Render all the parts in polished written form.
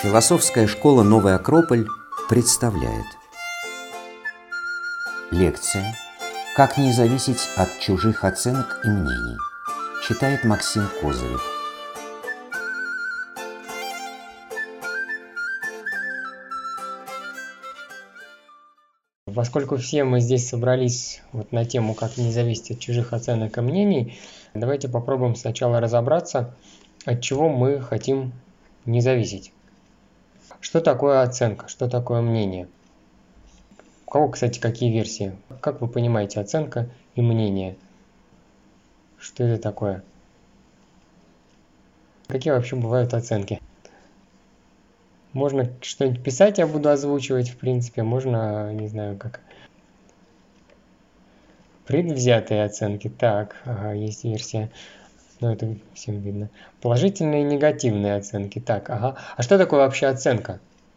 Философская школа «Новый Акрополь» представляет лекция «Как не зависеть от чужих оценок и мнений». Читает Максим Козырев. Поскольку все мы здесь собрались на тему «Как не зависеть от чужих оценок и мнений», давайте попробуем сначала разобраться, от чего мы хотим не зависеть. Что такое оценка, что такое мнение? У кого, кстати, какие версии? Как вы понимаете оценка и мнение? Что это такое? Какие вообще бывают оценки? Можно что-нибудь писать, я буду озвучивать, в принципе, можно, не знаю как. Предвзятые оценки, так, есть версия, но это всем видно. Положительные и негативные оценки, так, А что такое вообще оценка?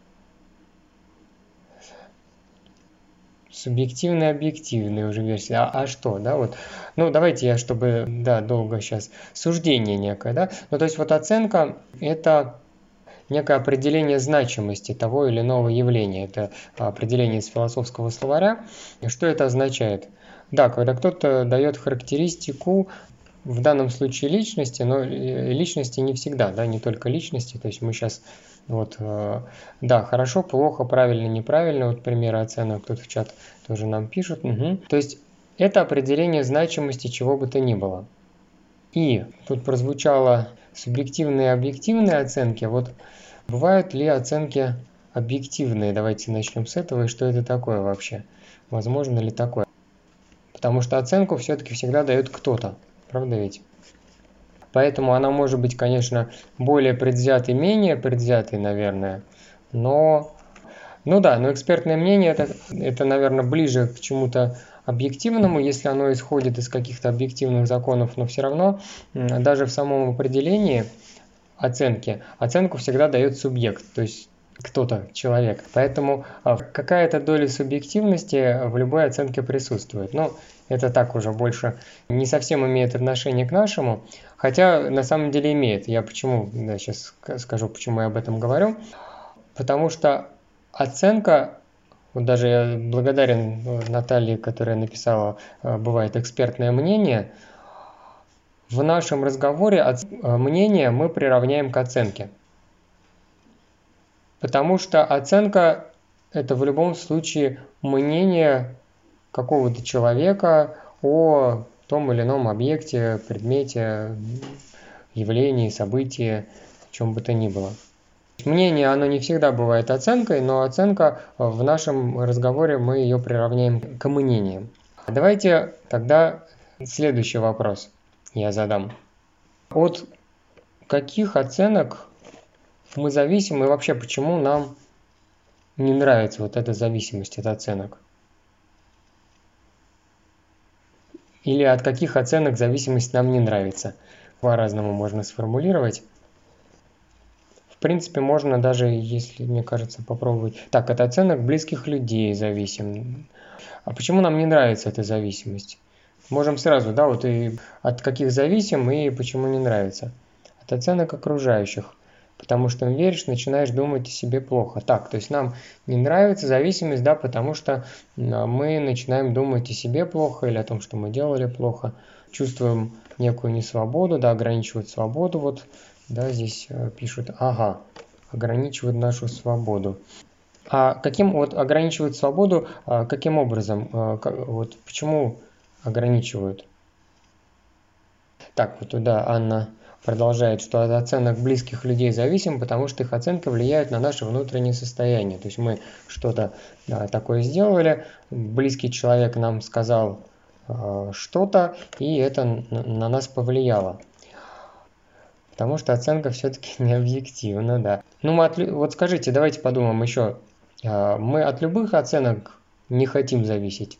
Субъективные, объективные уже версии. А что, да, вот. Ну, давайте я, чтобы, да, долго сейчас. Суждение некое, да. Ну, то есть вот оценка – это некое определение значимости того или иного явления. Это определение из философского словаря. И что это означает? Да, когда кто-то дает характеристику, в данном случае личности, но личности не всегда, да, не только личности. То есть мы сейчас да, хорошо, плохо, правильно, неправильно, вот примеры оценок тут в чат тоже нам пишут. Угу. То есть это определение значимости чего бы то ни было. И тут прозвучало субъективные и объективные оценки. Вот бывают ли оценки объективные? Давайте начнем с этого. И что это такое вообще? Возможно ли такое? Потому что оценку все-таки всегда дает кто-то. Правда ведь? Поэтому она может быть, конечно, более предвзятой, менее предвзятой, наверное. Но экспертное мнение это, наверное, ближе к чему-то объективному, если оно исходит из каких-то объективных законов, но все равно даже в самом определении оценку всегда дает субъект, то есть кто-то, человек. Поэтому какая-то доля субъективности в любой оценке присутствует. Но это так уже больше не совсем имеет отношение к нашему, хотя на самом деле имеет. Я сейчас скажу, почему я об этом говорю. Потому что оценка, вот даже я благодарен Наталье, которая написала «Бывает экспертное мнение», в нашем разговоре мнение мы приравняем к оценке. Потому что оценка – это в любом случае мнение какого-то человека о том или ином объекте, предмете, явлении, событии, о чем бы то ни было. Мнение, оно не всегда бывает оценкой, но оценка в нашем разговоре мы ее приравняем к мнениям. Давайте тогда следующий вопрос я задам. От каких оценок мы зависим и вообще почему нам не нравится вот эта зависимость от оценок? Или от каких оценок зависимость нам не нравится? По-разному можно сформулировать. В принципе, можно даже, если, мне кажется, попробовать. Так, от оценок близких людей зависим. А почему нам не нравится эта зависимость? Можем сразу, да, вот и от каких зависим и почему не нравится. От оценок окружающих. Потому что веришь, начинаешь думать о себе плохо. Так, то есть нам не нравится зависимость, да, потому что мы начинаем думать о себе плохо или о том, что мы делали плохо. Чувствуем некую несвободу, да, ограничивают свободу, вот, да, здесь пишут, ограничивают нашу свободу. А ограничивают свободу, каким образом, вот почему ограничивают? Так, вот туда Анна продолжает, что от оценок близких людей зависим, потому что их оценка влияет на наше внутреннее состояние. То есть мы что-то такое сделали, близкий человек нам сказал что-то, и это на нас повлияло. Потому что оценка все-таки не объективна, да. Вот скажите, давайте подумаем еще. Мы от любых оценок не хотим зависеть.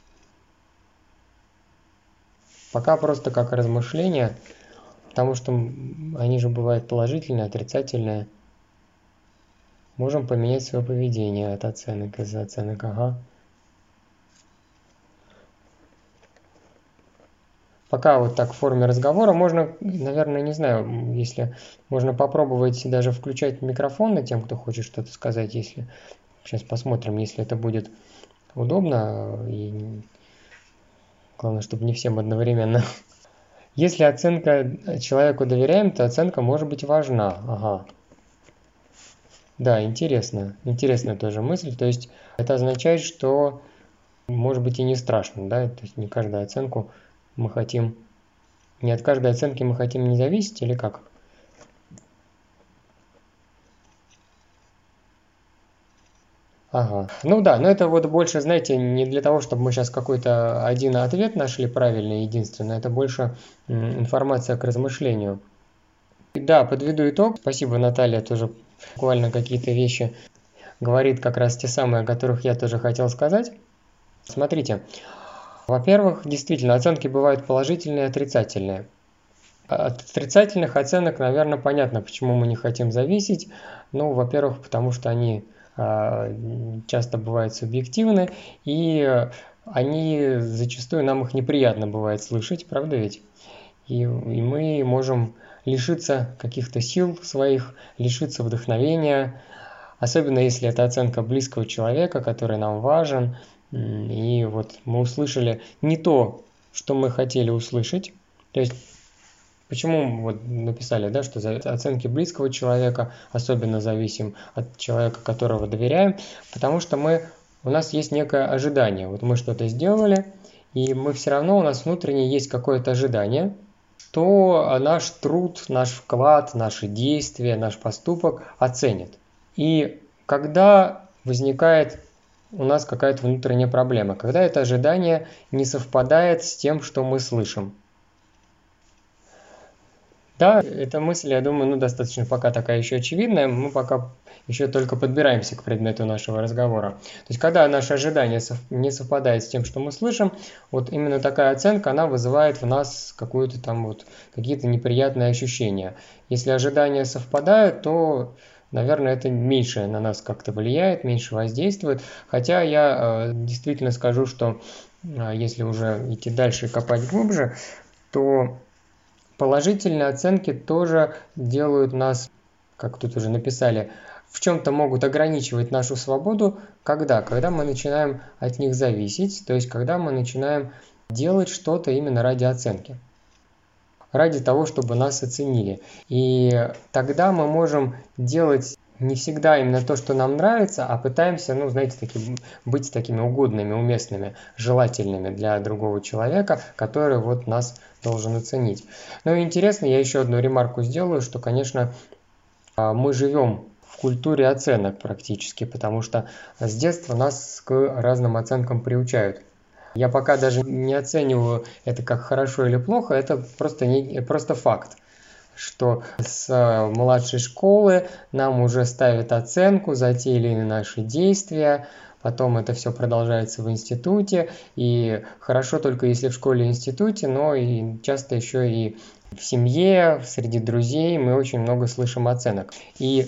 Пока просто как размышление, потому что они же бывают положительные, отрицательные. Можем поменять свое поведение от оценок, из-за оценок, пока вот так в форме разговора можно, наверное, не знаю, если можно попробовать даже включать микрофон на тем, кто хочет что-то сказать, если сейчас посмотрим, если это будет удобно, и главное, чтобы не всем одновременно. Если оценка человеку доверяем, то оценка может быть важна. Ага. Да, интересно. Интересная тоже мысль. То есть это означает, что может быть и не страшно, да? То есть не каждую оценку мы хотим, не от каждой оценки мы хотим не зависеть или как? Ага. Ну да, но это вот больше, знаете, не для того, чтобы мы сейчас какой-то один ответ нашли правильный, единственный. Это больше информация к размышлению. Да, подведу итог. Спасибо, Наталья, тоже буквально какие-то вещи говорит как раз те самые, о которых я тоже хотел сказать. Смотрите, во-первых, действительно, оценки бывают положительные и отрицательные. От отрицательных оценок, наверное, понятно, почему мы не хотим зависеть. Ну, во-первых, потому что они часто бывают субъективны, и они зачастую нам их неприятно бывает слышать, правда ведь? И мы можем лишиться каких-то сил своих, лишиться вдохновения, особенно если это оценка близкого человека, который нам важен, и вот мы услышали не то, что мы хотели услышать. То есть почему вот написали, да, что за оценки близкого человека особенно зависим от человека, которого доверяем, потому что у нас есть некое ожидание. Вот мы что-то сделали, и мы все равно, у нас внутренне есть какое-то ожидание, что наш труд, наш вклад, наши действия, наш поступок оценят. И когда возникает у нас какая-то внутренняя проблема, когда это ожидание не совпадает с тем, что мы слышим. Да, эта мысль, я думаю, достаточно пока такая еще очевидная, мы пока еще только подбираемся к предмету нашего разговора. То есть, когда наше ожидание не совпадает с тем, что мы слышим, вот именно такая оценка, она вызывает в нас какую-то там вот какие-то неприятные ощущения. Если ожидания совпадают, то, наверное, это меньше на нас как-то влияет, меньше воздействует. Хотя я действительно скажу, что если уже идти дальше и копать глубже, то положительные оценки тоже делают нас, как тут уже написали, в чем-то могут ограничивать нашу свободу. Когда? Когда мы начинаем от них зависеть, то есть когда мы начинаем делать что-то именно ради оценки, ради того, чтобы нас оценили. И тогда мы можем делать не всегда именно то, что нам нравится, а пытаемся, быть такими угодными, уместными, желательными для другого человека, который вот нас должен оценить. Ну и интересно, я еще одну ремарку сделаю, что, конечно, мы живем в культуре оценок практически, потому что с детства нас к разным оценкам приучают. Я пока даже не оцениваю это как хорошо или плохо, это просто факт, что с младшей школы нам уже ставят оценку за те или иные наши действия, потом это все продолжается в институте, и хорошо только если в школе и институте, но и часто еще и в семье, среди друзей мы очень много слышим оценок. И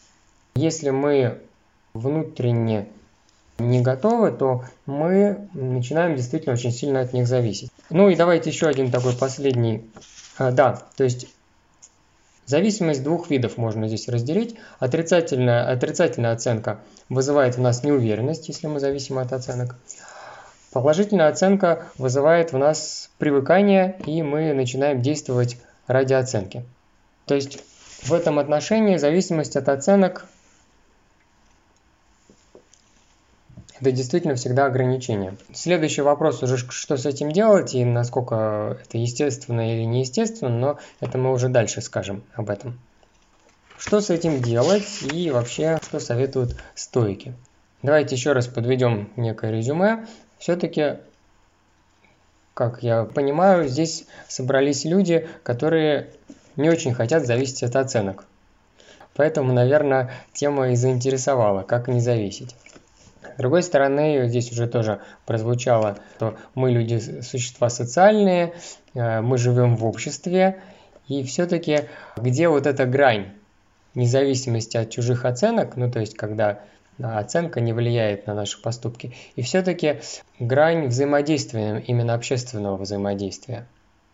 если мы внутренне не готовы, то мы начинаем действительно очень сильно от них зависеть. Ну и давайте еще один такой последний. То есть зависимость двух видов можно здесь разделить. Отрицательная оценка вызывает в нас неуверенность, если мы зависимы от оценок. Положительная оценка вызывает в нас привыкание, и мы начинаем действовать ради оценки. То есть в этом отношении зависимость от оценок – это действительно всегда ограничение. Следующий вопрос уже, что с этим делать и насколько это естественно или неестественно, но это мы уже дальше скажем об этом. Что с этим делать и вообще, что советуют стоики? Давайте еще раз подведем некое резюме. Все-таки, как я понимаю, здесь собрались люди, которые не очень хотят зависеть от оценок. Поэтому, наверное, тема и заинтересовала, как не зависеть. С другой стороны, здесь уже тоже прозвучало, что мы люди, существа социальные, мы живем в обществе, и все-таки где вот эта грань независимости от чужих оценок, то есть когда оценка не влияет на наши поступки, и все-таки грань взаимодействия, именно общественного взаимодействия.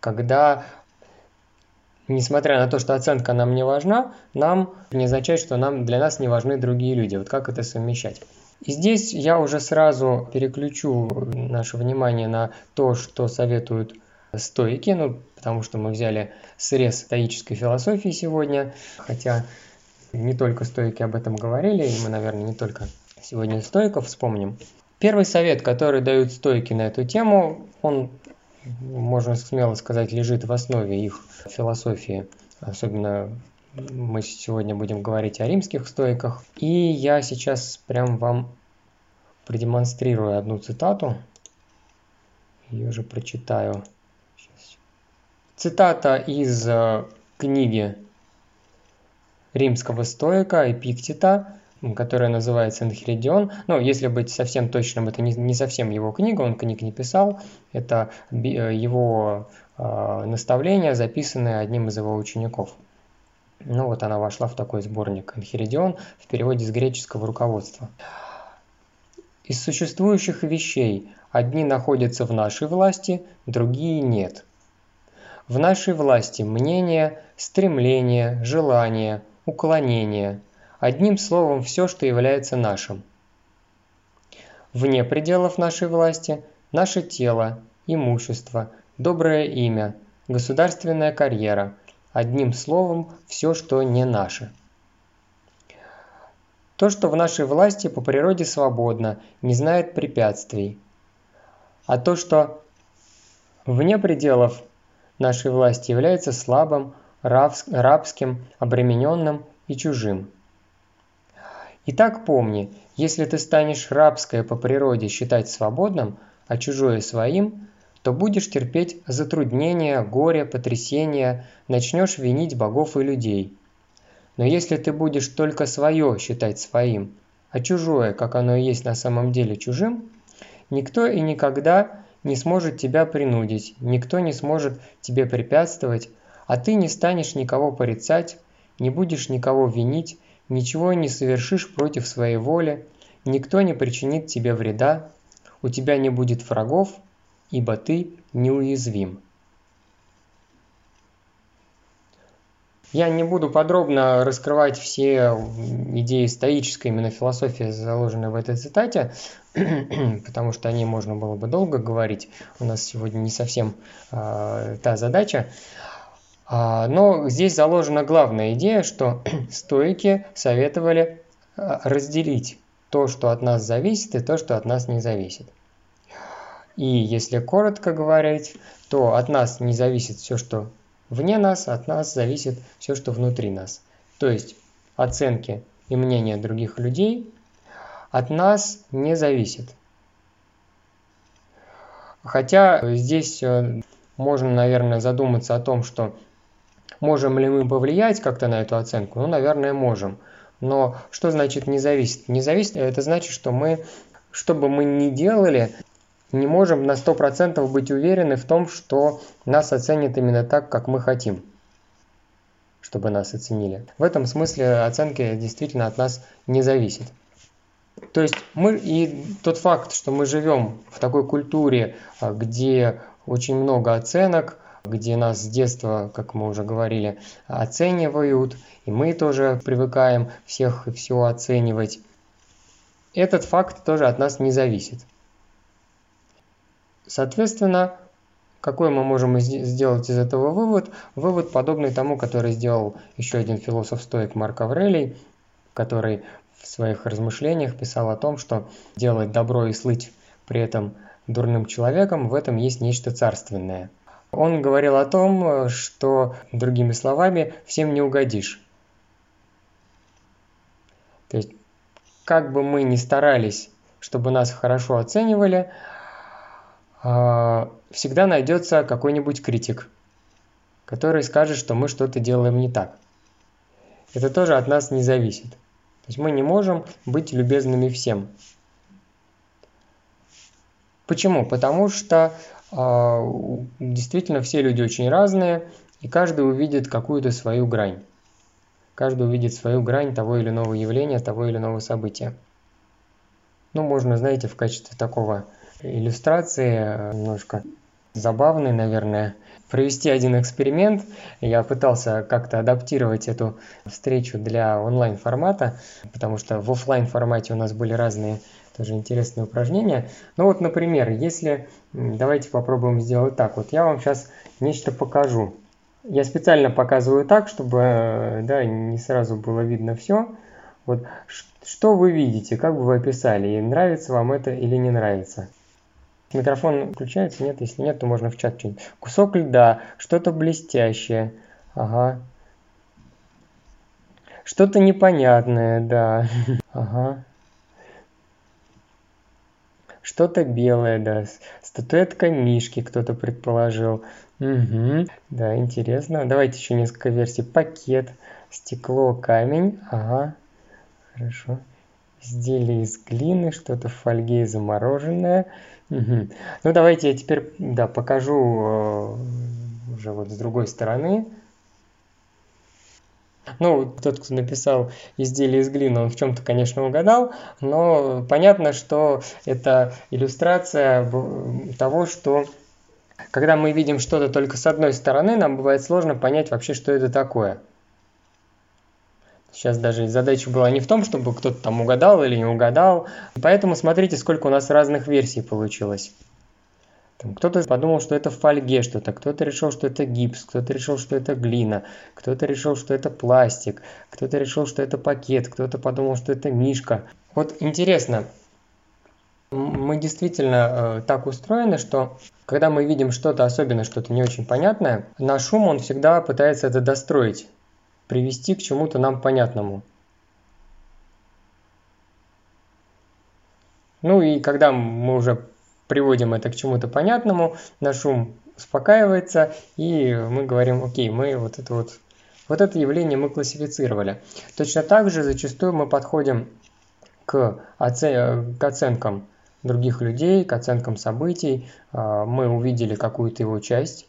когда, несмотря на то, что оценка нам не важна, нам не означает, что для нас не важны другие люди. Вот как это совмещать? И здесь я уже сразу переключу наше внимание на то, что советуют стоики, потому что мы взяли срез стоической философии сегодня, хотя не только стоики об этом говорили, и мы, наверное, не только сегодня стоиков вспомним. Первый совет, который дают стоики на эту тему, он, можно смело сказать, лежит в основе их философии. Особенно мы сегодня будем говорить о римских стоиках. И я сейчас прям вам продемонстрирую одну цитату. Ее же прочитаю. Цитата из книги римского стоика Эпиктета, которая называется «Энхиридион». Если быть совсем точным, это не совсем его книга, он книг не писал. Это его наставления, записанные одним из его учеников. Она вошла в такой сборник «Энхиридион» в переводе с греческого руководства. «Из существующих вещей одни находятся в нашей власти, другие нет. В нашей власти мнение, стремление, желание, уклонение, одним словом, все, что является нашим. Вне пределов нашей власти наше тело, имущество, доброе имя, государственная карьера, одним словом, все, что не наше. То, что в нашей власти по природе свободно, не знает препятствий. А то, что вне пределов нашей власти является слабым, рабским, обремененным и чужим. Итак, помни, если ты станешь рабское по природе считать свободным, а чужое своим, то будешь терпеть затруднения, горе, потрясения, начнешь винить богов и людей. Но если ты будешь только свое считать своим, а чужое, как оно и есть на самом деле чужим, никто и никогда не сможет тебя принудить, никто не сможет тебе препятствовать, а ты не станешь никого порицать, не будешь никого винить, ничего не совершишь против своей воли, никто не причинит тебе вреда, у тебя не будет врагов, ибо ты неуязвим». Я не буду подробно раскрывать все идеи стоической именно философии, заложенные в этой цитате, потому что о ней можно было бы долго говорить. У нас сегодня не совсем та задача. Но здесь заложена главная идея, что стоики советовали разделить то, что от нас зависит, и то, что от нас не зависит. И если коротко говорить, то от нас не зависит все, что вне нас, от нас зависит все, что внутри нас. То есть оценки и мнения других людей от нас не зависят. Хотя здесь можно, наверное, задуматься о том, что можем ли мы повлиять как-то на эту оценку? Наверное, можем. Но что значит не зависит? Не зависит – это значит, что мы, что бы мы ни делали, не можем на 100% быть уверены в том, что нас оценят именно так, как мы хотим, чтобы нас оценили. В этом смысле оценки действительно от нас не зависят. То есть и тот факт, что мы живем в такой культуре, где очень много оценок, где нас с детства, как мы уже говорили, оценивают, и мы тоже привыкаем всех и все оценивать, этот факт тоже от нас не зависит. Соответственно, какой мы можем сделать из этого вывод? Вывод подобный тому, который сделал еще один философ-стоик Марк Аврелий, который в своих размышлениях писал о том, что делать добро и слыть при этом дурным человеком, в этом есть нечто царственное. Он говорил о том, что, другими словами, всем не угодишь. То есть, как бы мы ни старались, чтобы нас хорошо оценивали, всегда найдется какой-нибудь критик, который скажет, что мы что-то делаем не так. Это тоже от нас не зависит. То есть мы не можем быть любезными всем. Почему? Потому что действительно все люди очень разные, и каждый увидит какую-то свою грань. Каждый увидит свою грань того или иного явления, того или иного события. Можно, знаете, в качестве такого иллюстрации, немножко забавной, наверное, провести один эксперимент. Я пытался как-то адаптировать эту встречу для онлайн-формата, потому что в офлайн-формате у нас были разные тоже интересные упражнения. Ну вот, например, если... Давайте попробуем сделать так. Вот я вам сейчас нечто покажу. Я специально показываю так, чтобы не сразу было видно все. Вот, что вы видите, как бы вы описали, и нравится вам это или не нравится? Микрофон включается? Нет, если нет, то можно в чат что-нибудь. Кусок льда, что-то блестящее. Ага. Что-то непонятное, да. Ага. Что-то белое, да. Статуэтка мишки кто-то предположил. Угу. Да, интересно. Давайте еще несколько версий. Пакет, стекло, камень. Ага. Хорошо. Изделие из глины, что-то в фольге замороженное. Угу. Ну, давайте я теперь покажу уже вот с другой стороны. Ну, тот, кто написал изделие из глины, он в чем-то, конечно, угадал, но понятно, что это иллюстрация того, что когда мы видим что-то только с одной стороны, нам бывает сложно понять вообще, что это такое. Сейчас даже задача была не в том, чтобы кто-то там угадал или не угадал. Поэтому смотрите, сколько у нас разных версий получилось. Кто-то подумал, что это в фольге что-то, кто-то решил, что это гипс, кто-то решил, что это глина, кто-то решил, что это пластик, кто-то решил, что это пакет, кто-то подумал, что это мишка. Вот интересно, мы действительно так устроены, что когда мы видим что-то, особенно что-то не очень понятное, наш ум, он всегда пытается это достроить, привести к чему-то нам понятному. Ну и когда мы уже приводим это к чему-то понятному, наш ум успокаивается, и мы говорим, окей, мы вот это явление мы классифицировали. Точно так же зачастую мы подходим к оценкам других людей, к оценкам событий. Мы увидели какую-то его часть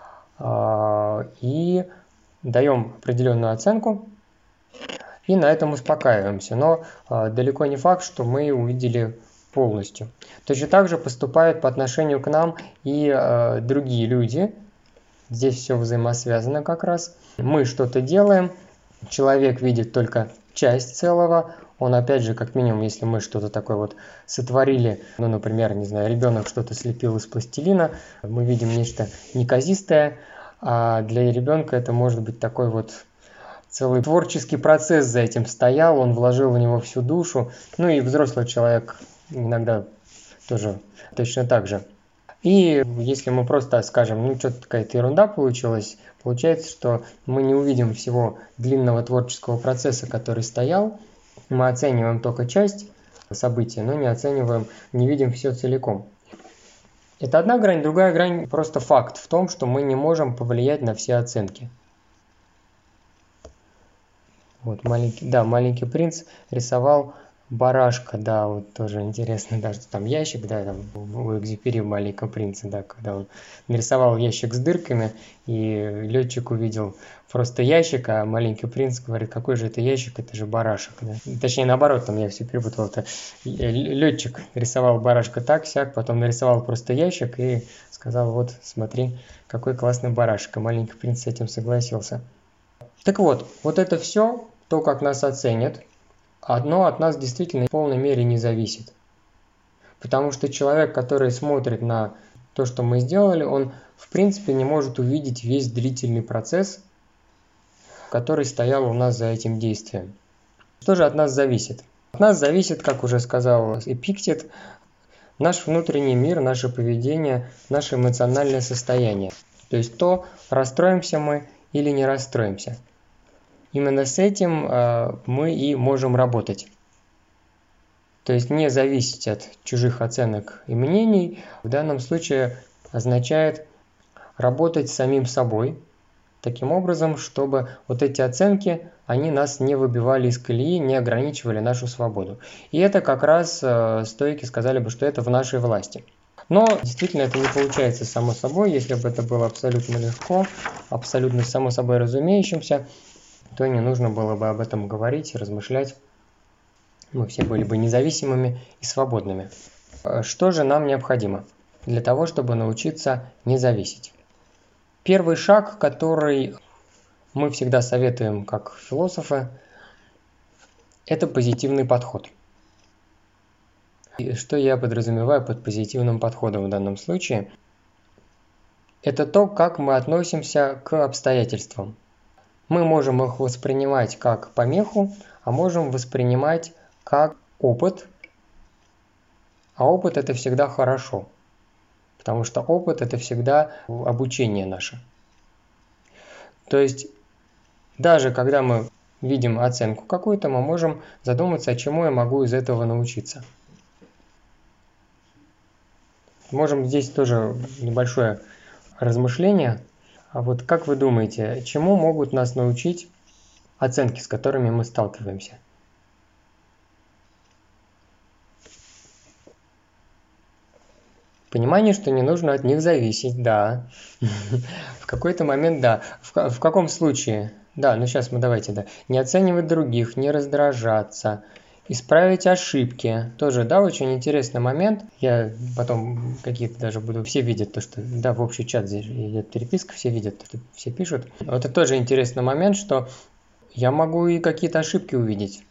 и даем определенную оценку, и на этом успокаиваемся. Но далеко не факт, что мы увидели полностью. Точно так же поступают по отношению к нам и другие люди. Здесь все взаимосвязано как раз. Мы что-то делаем, человек видит только часть целого. Он, опять же, как минимум, если мы что-то такое вот сотворили, ну, например, не знаю, ребенок что-то слепил из пластилина, мы видим нечто неказистое, а для ребенка это может быть такой вот целый творческий процесс за этим стоял, он вложил в него всю душу. Ну и взрослый человек иногда тоже точно так же. И если мы просто скажем, ну что-то какая-то ерунда получилась, получается, что мы не увидим всего длинного творческого процесса, который стоял. Мы оцениваем только часть события, но не видим все целиком. Это одна грань, другая грань просто факт в том, что мы не можем повлиять на все оценки. Вот маленький принц рисовал барашка, да, вот тоже интересно, да, что там ящик, да, там у Экзюпери в «Маленьком принце», да, когда он нарисовал ящик с дырками, и летчик увидел просто ящик, а маленький принц говорит, какой же это ящик, это же барашек, да. Точнее, наоборот, там я все перепутал, это летчик рисовал барашка так-сяк, потом нарисовал просто ящик и сказал, вот, смотри, какой классный барашек, и маленький принц с этим согласился. Так вот это все, то, как нас оценят, одно от нас действительно в полной мере не зависит. Потому что человек, который смотрит на то, что мы сделали, он в принципе не может увидеть весь длительный процесс, который стоял у нас за этим действием. Что же от нас зависит? От нас зависит, как уже сказал Эпиктет, наш внутренний мир, наше поведение, наше эмоциональное состояние. То есть то, расстроимся мы или не расстроимся. Именно с этим мы и можем работать. То есть не зависеть от чужих оценок и мнений в данном случае означает работать с самим собой, таким образом, чтобы вот эти оценки, они нас не выбивали из колеи, не ограничивали нашу свободу. И это как раз стоики сказали бы, что это в нашей власти. Но действительно это не получается само собой. Если бы это было абсолютно легко, абсолютно само собой разумеющимся, то не нужно было бы об этом говорить и размышлять. Мы все были бы независимыми и свободными. Что же нам необходимо для того, чтобы научиться не зависеть? Первый шаг, который мы всегда советуем как философы, это позитивный подход. И что я подразумеваю под позитивным подходом в данном случае? Это то, как мы относимся к обстоятельствам. Мы можем их воспринимать как помеху, а можем воспринимать как опыт. А опыт – это всегда хорошо, потому что опыт – это всегда обучение наше. То есть даже когда мы видим оценку какую-то, мы можем задуматься, а чему я могу из этого научиться. Можем здесь тоже небольшое размышление. А вот как вы думаете, чему могут нас научить оценки, с которыми мы сталкиваемся? Понимание, что не нужно от них зависеть, да. В какой-то момент, да. В каком случае? Да, ну сейчас мы давайте, да. Не оценивать других, не раздражаться, исправить ошибки. Тоже, да, очень интересный момент. Я потом какие-то даже буду... Все видят то, что... Да, в общий чат здесь идет переписка, все видят, все пишут. Это тоже интересный момент, что я могу и какие-то ошибки увидеть.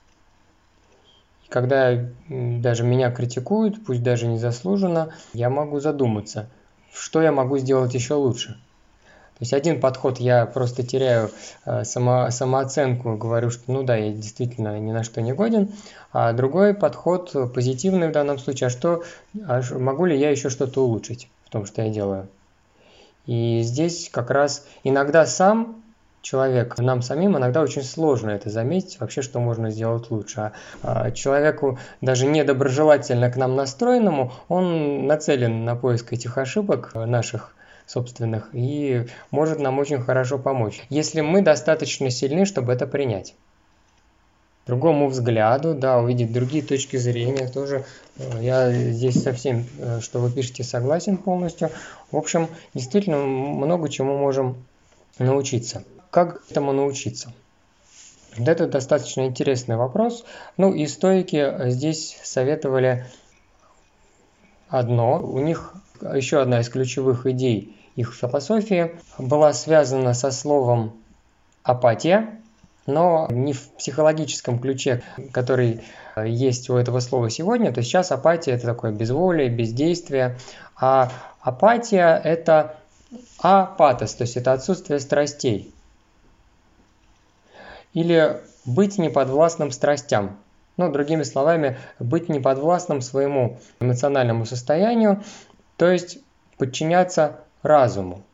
Когда даже меня критикуют, пусть даже незаслуженно, я могу задуматься, что я могу сделать еще лучше. То есть один подход, я просто теряю самооценку, говорю, что ну да, я действительно ни на что не годен, а другой подход, позитивный в данном случае, могу ли я еще что-то улучшить в том, что я делаю. И здесь как раз иногда сам человек, нам самим иногда очень сложно это заметить, вообще, что можно сделать лучше. А человеку, даже недоброжелательно к нам настроенному, он нацелен на поиск этих ошибок наших собственных и может нам очень хорошо помочь, если мы достаточно сильны, чтобы это принять. Другому взгляду, да, увидеть другие точки зрения тоже. Я здесь со всем, что вы пишете, согласен полностью. В общем, действительно много чему можем научиться. Как этому научиться? Это достаточно интересный вопрос. Ну и стоики здесь советовали одно. У них еще одна из ключевых идей их философии была связана со словом апатия, но не в психологическом ключе, который есть у этого слова сегодня. То есть сейчас апатия – это такое безволие, бездействие, а апатия – это апатос, то есть это отсутствие страстей. Или быть неподвластным страстям. Ну, другими словами, быть неподвластным своему эмоциональному состоянию, то есть подчиняться разуму.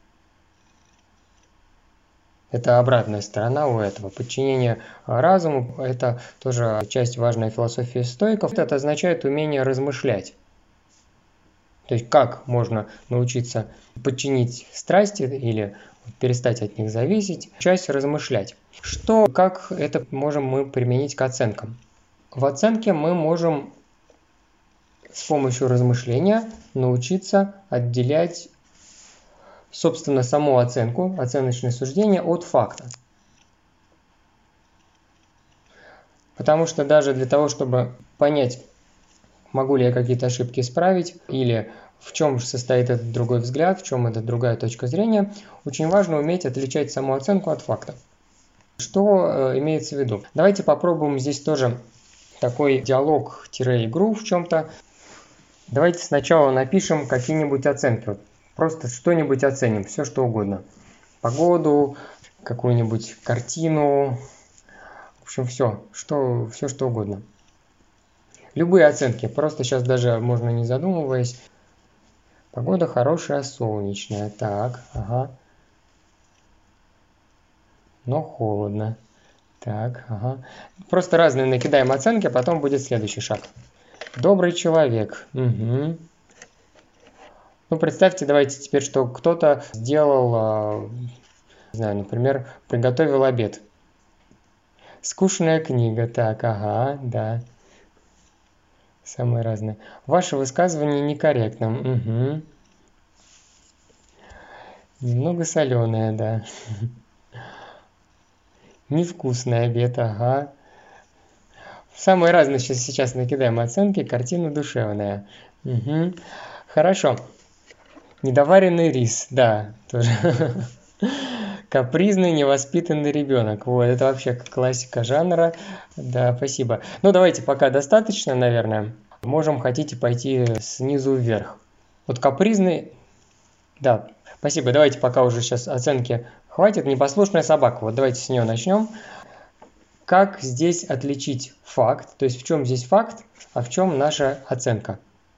Это обратная сторона у этого. Подчинение разуму – это тоже часть важной философии стоиков. Это означает умение размышлять. То есть как можно научиться подчинить страсти или перестать от них зависеть, часть размышлять. Как это можем мы применить к оценкам? В оценке мы можем с помощью размышления научиться отделять, собственно, саму оценку, оценочное суждение от факта. Потому что даже для того, чтобы понять, могу ли я какие-то ошибки исправить, или в чем состоит этот другой взгляд, в чем эта другая точка зрения, очень важно уметь отличать саму оценку от факта. Что имеется в виду? Давайте попробуем здесь тоже такой диалог-игру в чем-то. Давайте сначала напишем какие-нибудь оценки. Просто что-нибудь оценим, все что угодно. Погоду, какую-нибудь картину, в общем, все что угодно. Любые оценки, просто сейчас даже можно не задумываясь. Погода хорошая, солнечная, так, ага. Но холодно, так, ага. Просто разные накидаем оценки, а потом будет следующий шаг. Добрый человек, угу. Ну, представьте, давайте теперь, что кто-то сделал, не знаю, например, приготовил обед. Скучная книга, так, ага, да. Самые разные. Ваше высказывание некорректно. Угу. Немного соленое, да. Невкусный обед, ага. Самые разные сейчас накидаем оценки. Картина душевная. Угу. Хорошо. Недоваренный рис, да, тоже. Капризный, невоспитанный ребенок. Вот, это вообще классика жанра. Да, спасибо. Ну, давайте пока достаточно, наверное. Можем, хотите, пойти снизу вверх. Вот капризный... Да, спасибо. Давайте пока уже сейчас оценки хватит. Непослушная собака. Вот давайте с нее начнем. Как здесь отличить факт? То есть в чем здесь факт, а в чем наша оценка?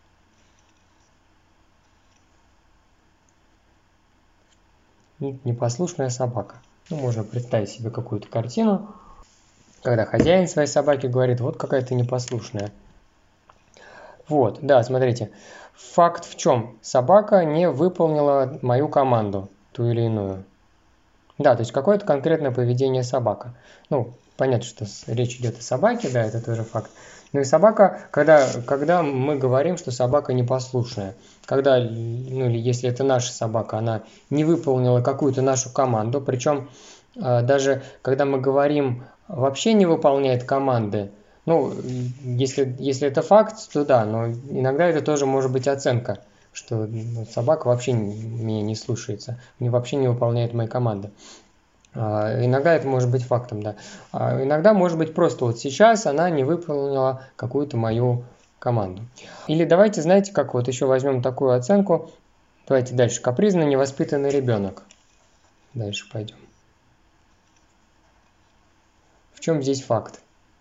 Непослушная собака. Ну, можно представить себе какую-то картину, когда хозяин своей собаки говорит, вот какая ты непослушная. Вот, да, смотрите. Факт в чем? Собака не выполнила мою команду, ту или иную. Да, то есть какое-то конкретное поведение собака. Ну, понятно, что речь идет о собаке, да, это тоже факт. Ну и собака, когда мы говорим, что собака непослушная, когда, ну или если это наша собака, она не выполнила какую-то нашу команду, причем даже когда мы говорим вообще не выполняет команды, ну, если это факт, то да, но иногда это тоже может быть оценка, что собака вообще меня не слушается, вообще не выполняет мои команды. Иногда это может быть фактом, да. Иногда может быть просто вот сейчас она не выполнила какую-то мою команду. Или давайте, знаете, как вот еще возьмем такую оценку. Давайте дальше. Капризный, невоспитанный ребенок. Дальше пойдем. В чем здесь факт?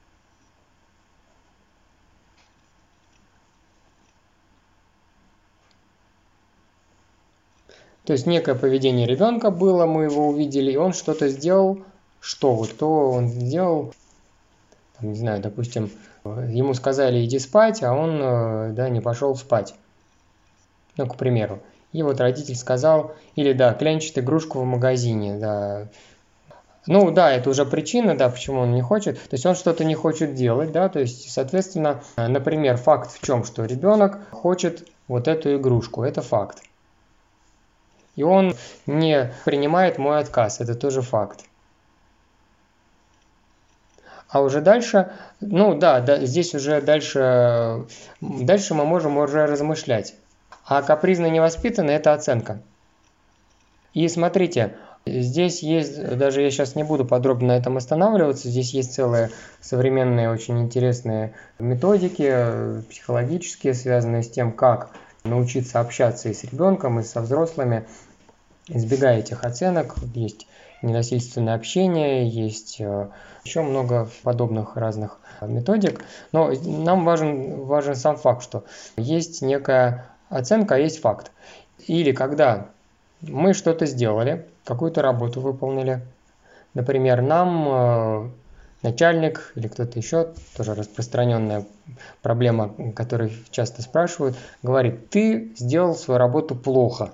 То есть некое поведение ребенка было, мы его увидели, и он что-то сделал. Что он сделал? Там, не знаю, допустим, ему сказали иди спать, а он да, не пошел спать. Ну, к примеру. И вот родитель сказал, или да, клянчит игрушку в магазине, да. Ну да, это уже причина, да, почему он не хочет. То есть он что-то не хочет делать, да, то есть, соответственно, например, факт в чем, что ребенок хочет вот эту игрушку, это факт. И он не принимает мой отказ, это тоже факт. А уже дальше, ну да, здесь уже дальше мы можем уже размышлять. А капризно невоспитанный – это оценка. И смотрите, здесь есть, даже я сейчас не буду подробно на этом останавливаться, здесь есть целые современные очень интересные методики психологические, связанные с тем, как научиться общаться и с ребенком, и со взрослыми, избегая этих оценок. Есть ненасильственное общение, есть еще много подобных разных методик. Но нам важен сам факт, что есть некая оценка, а есть факт. Или когда мы что-то сделали, какую-то работу выполнили, например, нам начальник или кто-то еще, тоже распространенная проблема, которую часто спрашивают, говорит, ты сделал свою работу плохо.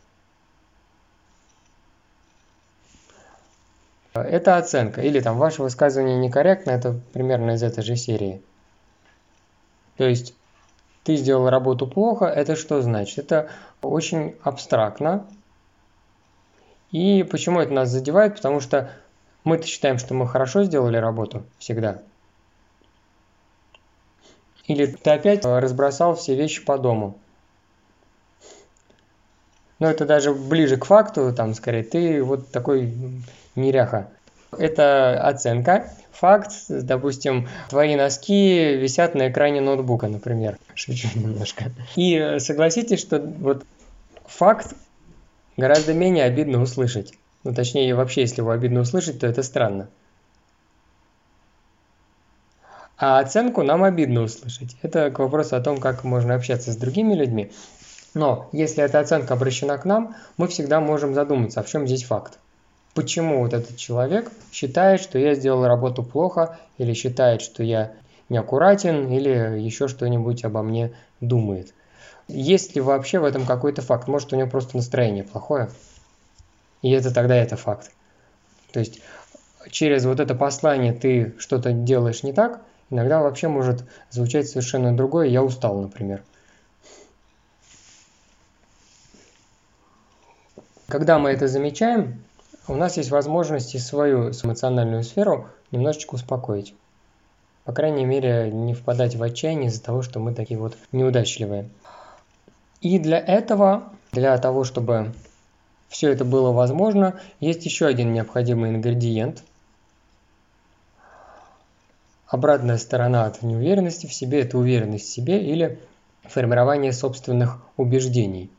Это оценка. Или там ваше высказывание некорректно, это примерно из этой же серии. То есть ты сделал работу плохо, это что значит? Это очень абстрактно. И почему это нас задевает? Потому что мы-то считаем, что мы хорошо сделали работу всегда. Или ты опять разбросал все вещи по дому. Но это даже ближе к факту, там скорее, ты вот такой неряха. Это оценка. Факт, допустим, твои носки висят на экране ноутбука, например. Шучу немножко. И согласитесь, что вот факт гораздо менее обидно услышать. Ну, точнее, вообще, если его обидно услышать, то это странно. А оценку нам обидно услышать. Это к вопросу о том, как можно общаться с другими людьми. Но если эта оценка обращена к нам, мы всегда можем задуматься, а в чем здесь факт. Почему вот этот человек считает, что я сделал работу плохо, или считает, что я неаккуратен, или еще что-нибудь обо мне думает. Есть ли вообще в этом какой-то факт? Может, у него просто настроение плохое? И это тогда это факт. То есть через вот это послание ты что-то делаешь не так, иногда вообще может звучать совершенно другое. Я устал, например. Когда мы это замечаем, у нас есть возможность и свою эмоциональную сферу немножечко успокоить. По крайней мере, не впадать в отчаяние из-за того, что мы такие вот неудачливые. И для этого Для того, чтобы все это было возможно, есть еще один необходимый ингредиент. Обратная сторона от неуверенности в себе – это уверенность в себе или формирование собственных убеждений.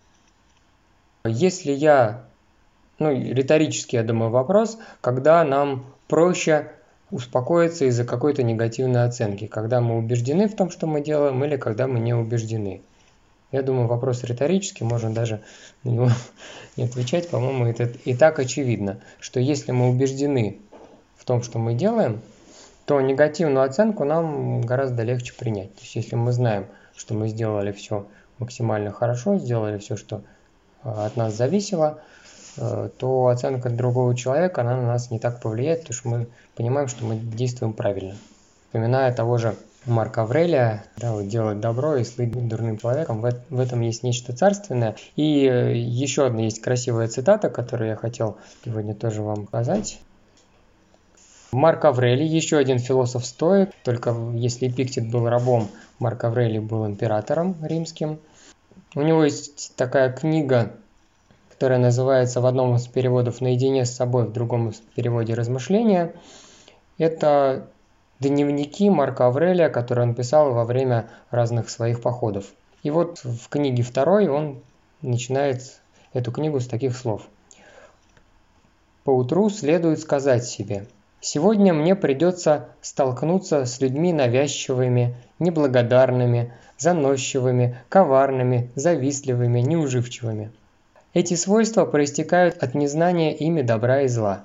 Если риторически, я думаю, вопрос, когда нам проще успокоиться из-за какой-то негативной оценки, когда мы убеждены в том, что мы делаем, или когда мы не убеждены. Я думаю, вопрос риторический, можно даже на него не отвечать, по-моему, это и так очевидно, что если мы убеждены в том, что мы делаем, то негативную оценку нам гораздо легче принять. То есть, если мы знаем, что мы сделали все максимально хорошо, сделали все, что от нас зависело, то оценка другого человека, она на нас не так повлияет, потому что мы понимаем, что мы действуем правильно. Вспоминая того же Марка Аврелия, делать добро и слыть дурным человеком, в этом есть нечто царственное. И еще одна есть красивая цитата, которую я хотел сегодня тоже вам показать. Марк Аврелий, еще один философ-стоик, только если Эпиктет был рабом, Марк Аврелий был императором римским. У него есть такая книга, которая называется в одном из переводов «Наедине с собой», в другом переводе «Размышления». Это дневники Марка Аврелия, которые он писал во время разных своих походов. И вот в книге второй он начинает эту книгу с таких слов. «Поутру следует сказать себе: сегодня мне придется столкнуться с людьми навязчивыми, неблагодарными, заносчивыми, коварными, завистливыми, неуживчивыми. Эти свойства проистекают от незнания ими добра и зла.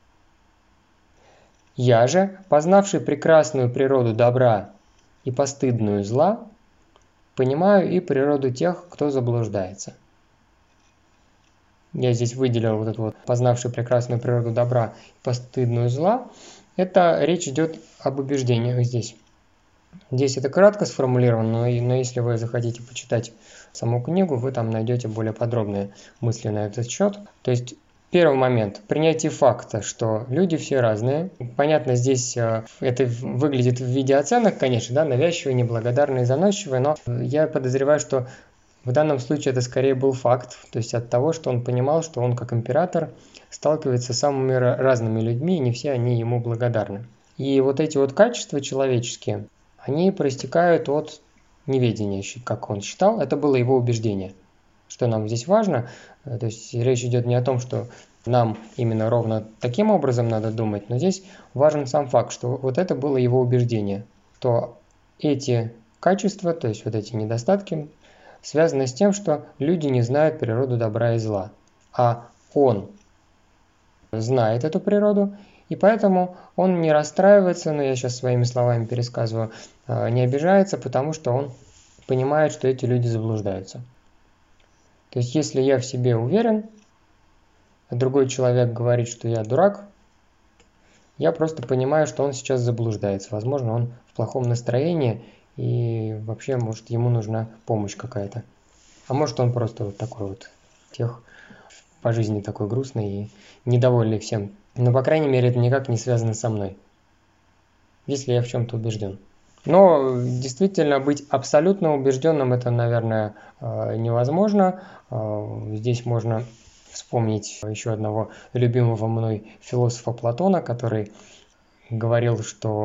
Я же, познавший прекрасную природу добра и постыдную зла, понимаю и природу тех, кто заблуждается». Я здесь выделил вот это вот «познавший прекрасную природу добра и постыдную зла». Это речь идет об убеждениях здесь. Здесь это кратко сформулировано, но если вы захотите почитать саму книгу, вы там найдете более подробные мысли на этот счет. То есть первый момент – принятие факта, что люди все разные. Понятно, здесь это выглядит в виде оценок, конечно, навязчивые, неблагодарные, заносчивые, но я подозреваю, что в данном случае это скорее был факт, то есть от того, что он понимал, что он как император сталкивается с самыми разными людьми, и не все они ему благодарны. И вот эти вот качества человеческие, они проистекают от неведения, как он считал, это было его убеждение. Что нам здесь важно, то есть речь идет не о том, что нам именно ровно таким образом надо думать, но здесь важен сам факт, что вот это было его убеждение, то эти качества, то есть вот эти недостатки, связаны с тем, что люди не знают природу добра и зла, а он знает эту природу, и поэтому он не расстраивается, но я сейчас своими словами пересказываю, не обижается, потому что он понимает, что эти люди заблуждаются. То есть, если я в себе уверен, а другой человек говорит, что я дурак, я просто понимаю, что он сейчас заблуждается. Возможно, он в плохом настроении, и вообще, может, ему нужна помощь какая-то. А может, он просто вот такой вот по жизни такой грустный и недовольный всем. Но, по крайней мере, это никак не связано со мной, если я в чем-то убежден. Но действительно быть абсолютно убежденным это, наверное, невозможно. Здесь можно вспомнить еще одного любимого мной философа Платона, который говорил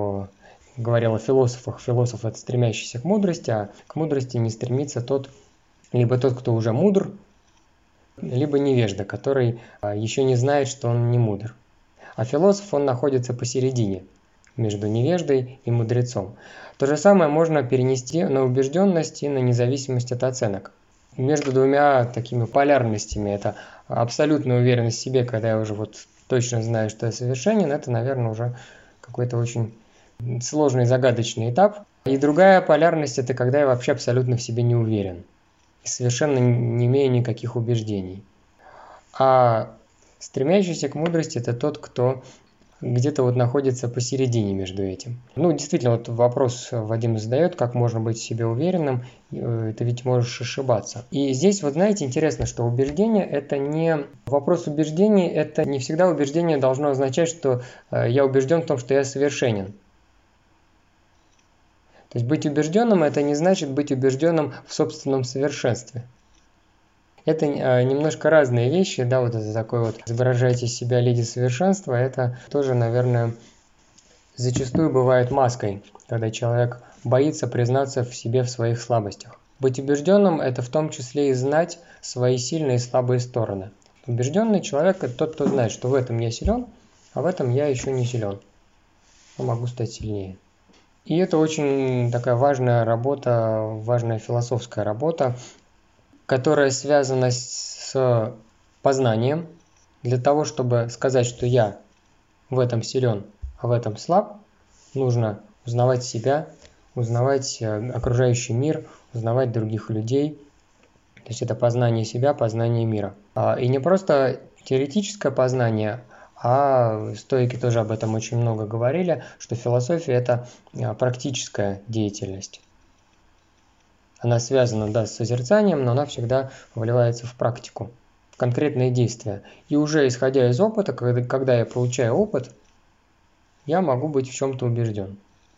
о философах. Философ – это стремящийся к мудрости, а к мудрости не стремится либо тот, кто уже мудр, либо невежда, который еще не знает, что он не мудр. А философ, он находится посередине, между невеждой и мудрецом. То же самое можно перенести на убежденность и на независимость от оценок. Между двумя такими полярностями, это абсолютная уверенность в себе, когда я уже вот точно знаю, что я совершенен, это, наверное, уже какой-то очень сложный, загадочный этап. И другая полярность – это когда я вообще абсолютно в себе не уверен и совершенно не имею никаких убеждений. А стремящийся к мудрости – это тот, кто где-то вот находится посередине между этим. Действительно, вот вопрос Вадим задает, как можно быть в себе уверенным, ты ведь можешь ошибаться. И здесь, вот знаете, интересно, что убеждение – это не… Вопрос убеждений – это не всегда убеждение должно означать, что я убежден в том, что я совершенен. То есть быть убежденным – это не значит быть убежденным в собственном совершенстве. Это немножко разные вещи, да, вот это такое вот изображайте себя леди совершенства, это тоже, наверное, зачастую бывает маской, когда человек боится признаться в себе в своих слабостях. Быть убежденным – это в том числе и знать свои сильные и слабые стороны. Убежденный человек – это тот, кто знает, что в этом я силен, а в этом я еще не силен. Но могу стать сильнее. И это очень такая важная работа, важная философская работа, которая связана с познанием. Для того, чтобы сказать, что я в этом силен, а в этом слаб, нужно узнавать себя, узнавать окружающий мир, узнавать других людей. То есть это познание себя, познание мира. И не просто теоретическое познание, а стоики тоже об этом очень много говорили, что философия – это практическая деятельность. Она связана, да, с созерцанием, но она всегда вливается в практику, в конкретные действия. И уже исходя из опыта, когда я получаю опыт, я могу быть в чем-то убежден.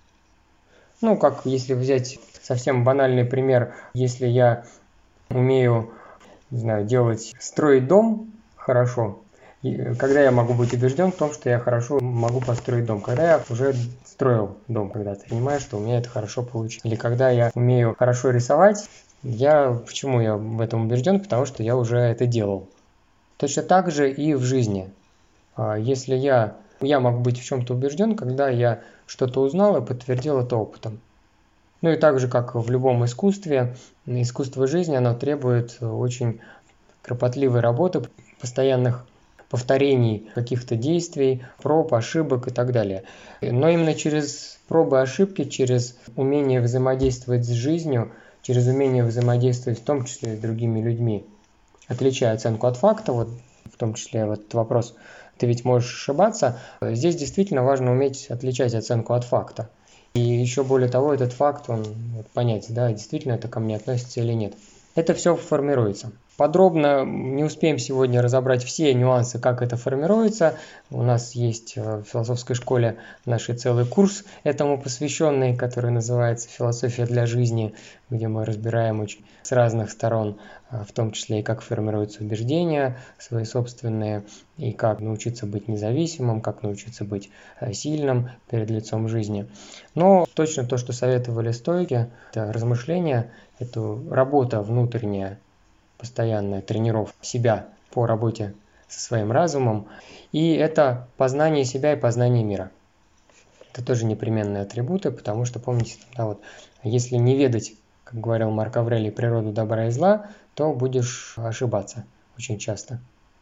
Ну, как если взять совсем банальный пример, если я умею, не знаю, строить дом хорошо, когда я могу быть убежден в том, что я хорошо могу построить дом, когда я уже строил дом когда-то, понимаю, что у меня это хорошо получится. Или когда я умею хорошо рисовать, почему я в этом убежден? Потому что я уже это делал. Точно так же и в жизни. Если я могу быть в чем-то убежден, когда я что-то узнал и подтвердил это опытом. Ну и так же, как в любом искусстве, искусство жизни, оно требует очень кропотливой работы, постоянных повторений каких-то действий, проб, ошибок и так далее. Но именно через пробы, ошибки, через умение взаимодействовать с жизнью, через умение взаимодействовать в том числе и с другими людьми, отличая оценку от факта, вот в том числе вот этот вопрос, ты ведь можешь ошибаться, здесь действительно важно уметь отличать оценку от факта. И еще более того, этот факт, понять, да, действительно это ко мне относится или нет. Это все формируется. Подробно не успеем сегодня разобрать все нюансы, как это формируется. У нас есть в философской школе наш целый курс этому посвященный, который называется «Философия для жизни», где мы разбираем очень с разных сторон, в том числе и как формируются убеждения свои собственные, и как научиться быть независимым, как научиться быть сильным перед лицом жизни. Но точно то, что советовали стоики, это размышления, это работа внутренняя, постоянная тренировка себя по работе со своим разумом, и это познание себя и познание мира. Это тоже непременные атрибуты, потому что, помните, да, вот, если не ведать, как говорил Марк Аврелий, природу добра и зла, то будешь ошибаться очень часто.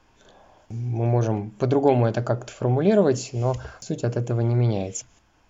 Мы можем по-другому это как-то формулировать, но суть от этого не меняется.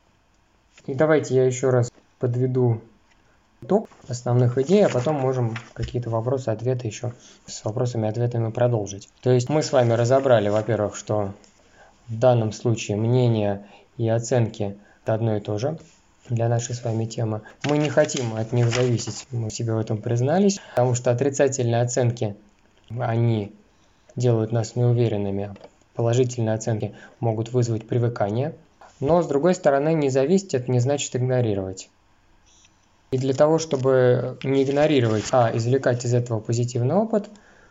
И давайте я еще раз подведу итог основных идей, а потом можем какие-то вопросы, ответы еще с вопросами и ответами продолжить. То есть мы с вами разобрали, во-первых, что в данном случае мнения и оценки – это одно и то же для нашей с вами темы. Мы не хотим от них зависеть, мы себе в этом признались, потому что отрицательные оценки, они делают нас неуверенными, положительные оценки могут вызвать привыкание, но с другой стороны не зависеть – это не значит игнорировать. И для того, чтобы не игнорировать, а извлекать из этого позитивный опыт,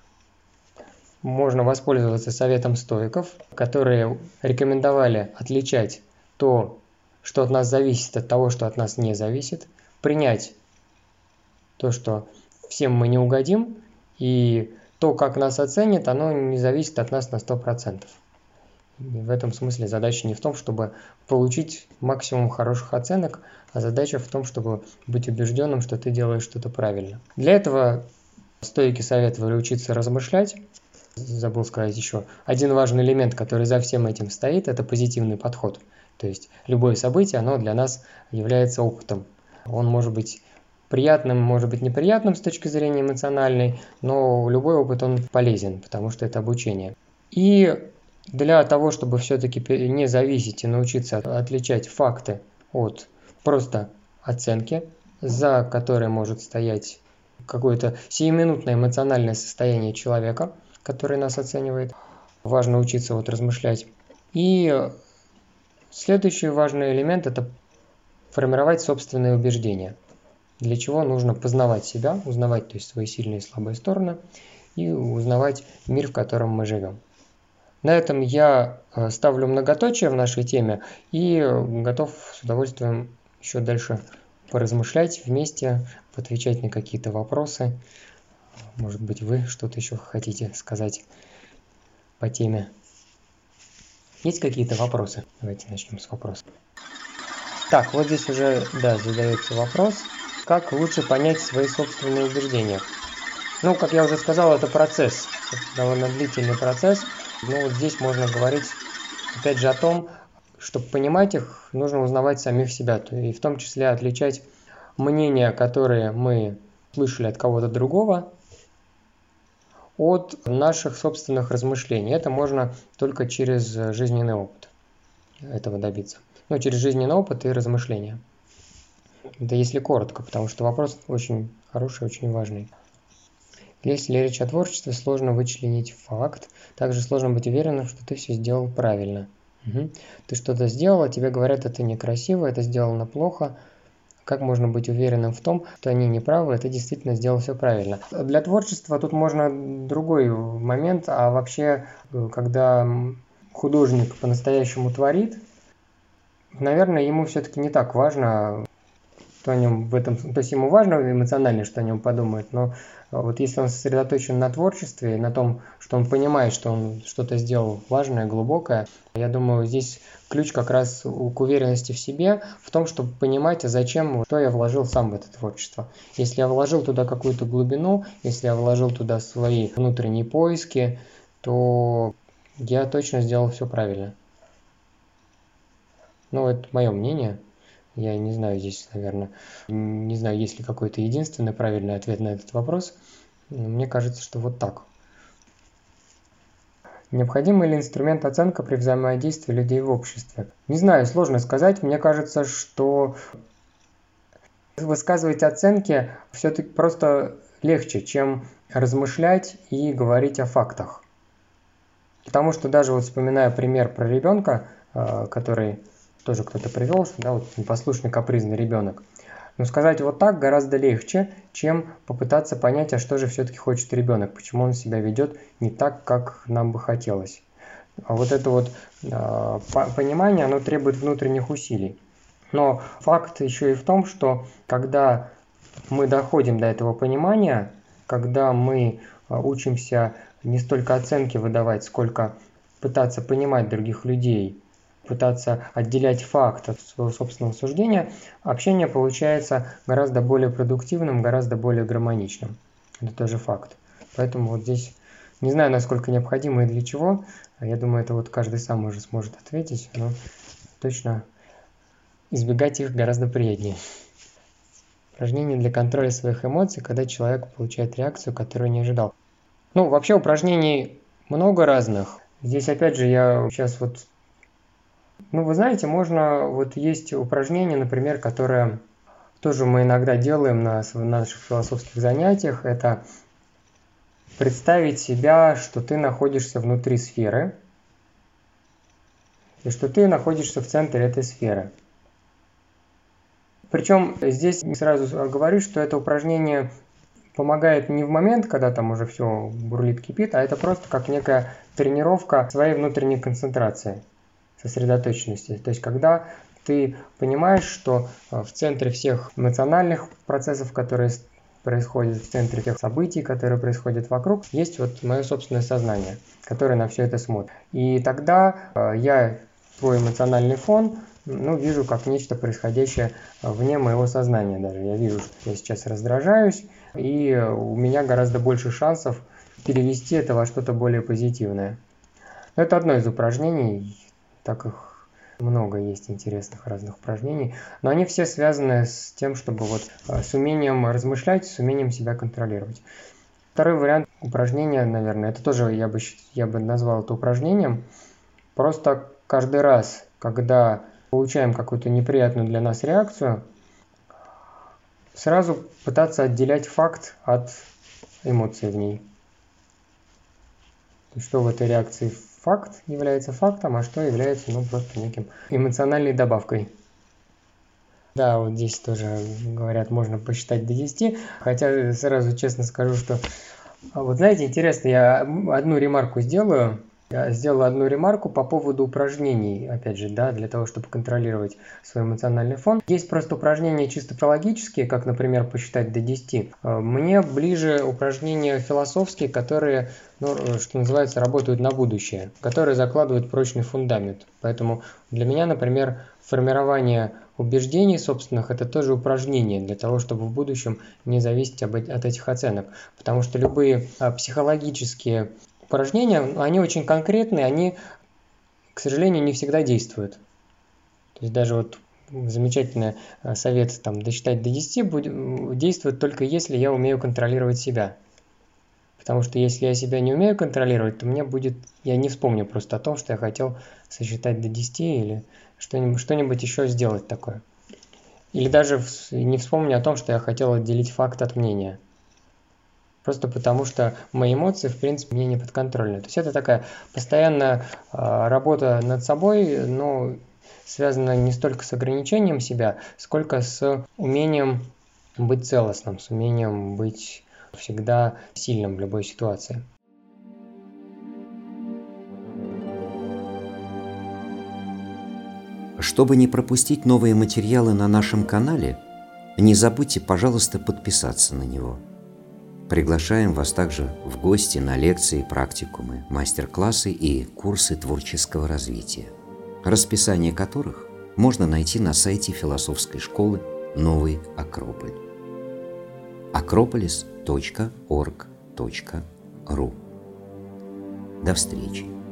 можно воспользоваться советом стоиков, которые рекомендовали отличать то, что от нас зависит, от того, что от нас не зависит, принять то, что всем мы не угодим, и то, как нас оценят, оно не зависит от нас на 100%. И в этом смысле задача не в том, чтобы получить максимум хороших оценок, а задача в том, чтобы быть убежденным, что ты делаешь что-то правильно. Для этого стоики советовали учиться размышлять. Забыл сказать еще. Один важный элемент, который за всем этим стоит, это позитивный подход. То есть любое событие, оно для нас является опытом. Он может быть приятным, может быть неприятным с точки зрения эмоциональной, но любой опыт, он полезен, потому что это обучение. И для того, чтобы все-таки не зависеть и научиться отличать факты от просто оценки, за которой может стоять какое-то сиюминутное эмоциональное состояние человека, который нас оценивает, важно учиться размышлять. И следующий важный элемент – это формировать собственные убеждения. Для чего нужно познавать себя, узнавать, то есть свои сильные и слабые стороны, и узнавать мир, в котором мы живем. На этом я ставлю многоточие в нашей теме и готов с удовольствием еще дальше поразмышлять вместе, поотвечать на какие-то вопросы. Может быть, вы что-то еще хотите сказать по теме? Есть какие-то вопросы? Давайте начнем с вопросов. Так, вот здесь уже, задается вопрос, как лучше понять свои собственные убеждения. Ну, как я уже сказал, это процесс, довольно длительный процесс. Но вот здесь можно говорить, опять же, о том, чтобы понимать их, нужно узнавать самих себя, и в том числе отличать мнения, которые мы слышали от кого-то другого, от наших собственных размышлений. Это можно только через жизненный опыт этого добиться. Через жизненный опыт и размышления. Это если коротко, потому что вопрос очень хороший, очень важный. Если речь о творчестве, сложно вычленить факт. Также сложно быть уверенным, что ты все сделал правильно. Ты что-то сделал, а тебе говорят, это некрасиво, это сделано плохо. Как можно быть уверенным в том, что они не правы, ты действительно сделал все правильно? Для творчества тут можно другой момент, а вообще, когда художник по-настоящему творит, наверное, ему все-таки не так важно, что о нем в этом... То есть ему важно эмоционально, что о нем подумают, но вот если он сосредоточен на творчестве, на том, что он понимает, что он что-то сделал важное, глубокое, я думаю, здесь ключ как раз к уверенности в себе, в том, чтобы понимать, а зачем, что я вложил сам в это творчество. Если я вложил туда какую-то глубину, если я вложил туда свои внутренние поиски, то я точно сделал все правильно. Это мое мнение. Я не знаю здесь, наверное, не знаю, есть ли какой-то единственный правильный ответ на этот вопрос. Но мне кажется, что вот так. Необходим ли инструмент оценка при взаимодействии людей в обществе? Не знаю, сложно сказать. Мне кажется, что высказывать оценки все-таки просто легче, чем размышлять и говорить о фактах. Потому что даже вот вспоминая пример про ребенка, который тоже кто-то привел, непослушный капризный ребенок. Но сказать вот так гораздо легче, чем попытаться понять, а что же все-таки хочет ребенок, почему он себя ведет не так, как нам бы хотелось. А вот это понимание, оно требует внутренних усилий. Но факт еще и в том, что когда мы доходим до этого понимания, когда мы учимся не столько оценки выдавать, сколько пытаться понимать других людей, пытаться отделять факт от своего собственного суждения, общение получается гораздо более продуктивным, гораздо более гармоничным. Это тоже факт. Поэтому вот здесь не знаю, насколько необходимо и для чего. Я думаю, это каждый сам уже сможет ответить, но точно избегать их гораздо приятнее. Упражнение для контроля своих эмоций, когда человек получает реакцию, которую не ожидал. Вообще упражнений много разных. Здесь опять же я сейчас вы знаете, можно, есть упражнения, например, которые тоже мы иногда делаем на наших философских занятиях. Это представить себя, что ты находишься внутри сферы, и что ты находишься в центре этой сферы. Причем здесь сразу говорю, что это упражнение помогает не в момент, когда там уже все бурлит, кипит, а это просто как некая тренировка своей внутренней концентрации, сосредоточенности. То есть когда ты понимаешь, что в центре всех эмоциональных процессов, которые происходят, в центре всех событий, которые происходят вокруг, есть мое собственное сознание, которое на все это смотрит. И тогда я свой эмоциональный фон вижу как нечто происходящее вне моего сознания даже. Я вижу, что я сейчас раздражаюсь, и у меня гораздо больше шансов перевести это во что-то более позитивное. Это одно из упражнений, так их много есть интересных разных упражнений, но они все связаны с тем, чтобы с умением размышлять, с умением себя контролировать. Второй вариант упражнения, наверное, это тоже я бы назвал это упражнением. Просто каждый раз, когда получаем какую-то неприятную для нас реакцию, сразу пытаться отделять факт от эмоций в ней. Что в этой реакции факт является фактом, а что является просто неким эмоциональной добавкой. Да, здесь тоже говорят, можно посчитать до 10, хотя сразу честно скажу, что Вот знаете, интересно, я одну ремарку сделаю. Я сделал одну ремарку по поводу упражнений, опять же, да, для того, чтобы контролировать свой эмоциональный фон. Есть просто упражнения чисто психологические, как, например, посчитать до 10. Мне ближе упражнения философские, которые, ну, что называется, работают на будущее, которые закладывают прочный фундамент. Поэтому для меня, например, формирование убеждений собственных – это тоже упражнение для того, чтобы в будущем не зависеть от этих оценок. Потому что любые психологические упражнения, они очень конкретные, они, к сожалению, не всегда действуют. То есть даже вот замечательный совет там, досчитать до 10 действует только если я умею контролировать себя. Потому что если я себя не умею контролировать, то я не вспомню просто о том, что я хотел сосчитать до 10 или что-нибудь еще сделать такое. Или даже не вспомню о том, что я хотел отделить факт от мнения. Просто потому, что мои эмоции, в принципе, мне не подконтрольны. То есть это такая постоянная работа над собой, но связана не столько с ограничением себя, сколько с умением быть целостным, с умением быть всегда сильным в любой ситуации. Чтобы не пропустить новые материалы на нашем канале, не забудьте, пожалуйста, подписаться на него. Приглашаем вас также в гости на лекции, практикумы, мастер-классы и курсы творческого развития, расписание которых можно найти на сайте философской школы «Новый Акрополь» acropolis.org.ru. До встречи!